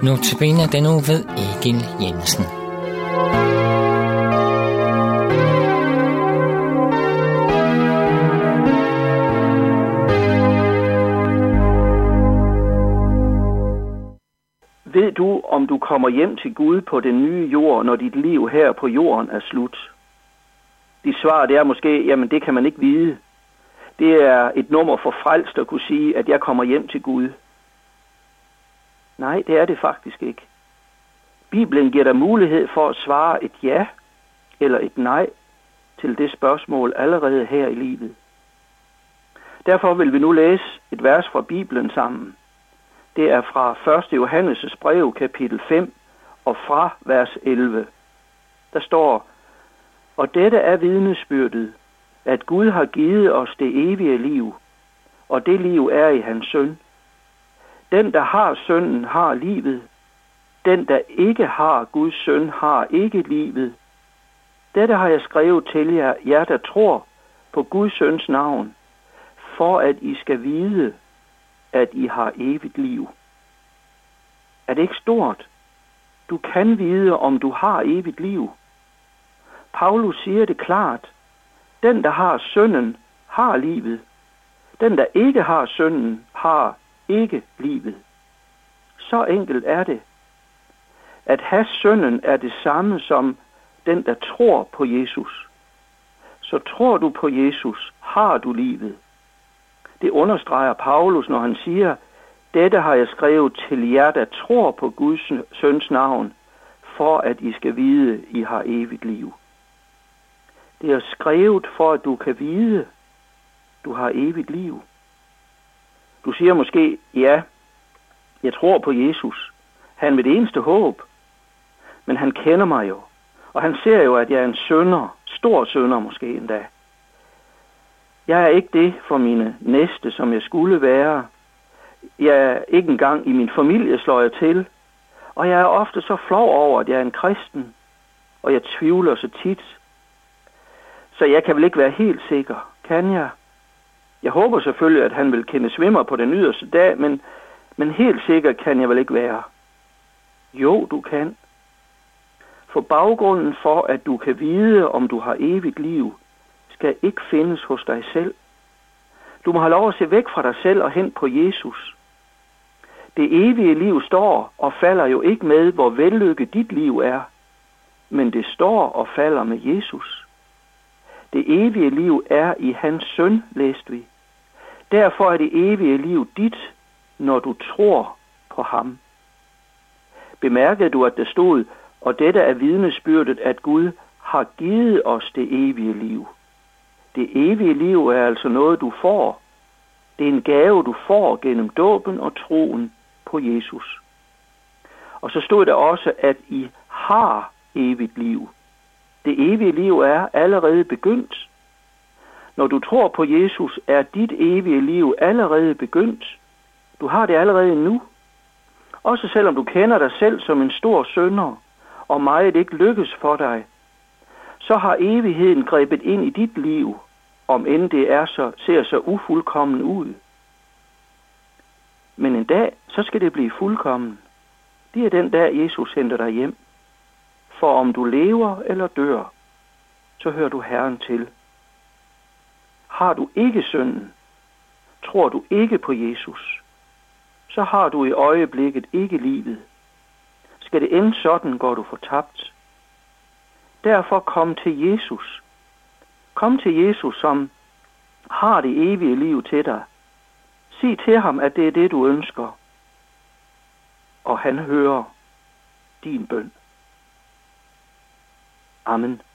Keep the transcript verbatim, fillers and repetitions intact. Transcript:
Notabene den uge ved Egil Jensen. Ved du, om du kommer hjem til Gud på den nye jord, når dit liv her på jorden er slut? De svar, det er måske, jamen det kan man ikke vide. Det er et nummer for frelst at kunne sige, at jeg kommer hjem til Gud. Nej, det er det faktisk ikke. Bibelen giver dig mulighed for at svare et ja eller et nej til det spørgsmål allerede her i livet. Derfor vil vi nu læse et vers fra Bibelen sammen. Det er fra første Johannes' brev, kapitel fem, og fra vers elleve. Der står, og dette er vidnesbyrdet, at Gud har givet os det evige liv, og det liv er i hans søn. Den, der har sønnen, har livet. Den, der ikke har Guds søn, har ikke livet. Dette har jeg skrevet til jer, jer der tror på Guds søns navn, for at I skal vide, at I har evigt liv. Er det ikke stort? Du kan vide, om du har evigt liv. Paulus siger det klart. Den, der har sønnen, har livet. Den, der ikke har sønnen, har ikke livet. Så enkelt er det. At have sønnen er det samme som den, der tror på Jesus. Så tror du på Jesus, har du livet. Det understreger Paulus, når han siger, dette har jeg skrevet til jer, der tror på Guds søns navn, for at I skal vide, I har evigt liv. Det er skrevet for, at du kan vide, du har evigt liv. Du siger måske, ja, jeg tror på Jesus. Han er mit eneste håb. Men han kender mig jo. Og han ser jo, at jeg er en synder. Stor synder måske endda. Jeg er ikke det for mine næste, som jeg skulle være. Jeg er ikke engang i min familie slår jeg til. Og jeg er ofte så flov over, at jeg er en kristen. Og jeg tvivler så tit. Så jeg kan vel ikke være helt sikker. Kan jeg? Jeg håber selvfølgelig, at han vil kende svimmer på den yderste dag, men, men helt sikker kan jeg vel ikke være. Jo, du kan. For baggrunden for, at du kan vide, om du har evigt liv, skal ikke findes hos dig selv. Du må have lov at se væk fra dig selv og hen på Jesus. Det evige liv står og falder jo ikke med, hvor vellykket dit liv er, men det står og falder med Jesus. Det evige liv er i hans søn, læste vi. Derfor er det evige liv dit, når du tror på ham. Bemærkede du, at der stod, og dette er vidnesbyrdet, at Gud har givet os det evige liv. Det evige liv er altså noget, du får. Det er en gave, du får gennem dåben og troen på Jesus. Og så stod der også, at I har evigt liv. Det evige liv er allerede begyndt. Når du tror på Jesus, er dit evige liv allerede begyndt. Du har det allerede nu. Også selvom du kender dig selv som en stor synder, og meget ikke lykkes for dig, så har evigheden grebet ind i dit liv, om end det er så, ser så ufuldkommen ud. Men en dag, så skal det blive fuldkommen. Det er den dag, Jesus henter dig hjem. For om du lever eller dør, så hører du Herren til. Har du ikke synden, tror du ikke på Jesus, så har du i øjeblikket ikke livet. Skal det ende sådan, går du fortabt. Derfor kom til Jesus. Kom til Jesus, som har det evige liv til dig. Sig til ham, at det er det, du ønsker. Og han hører din bøn. Amen.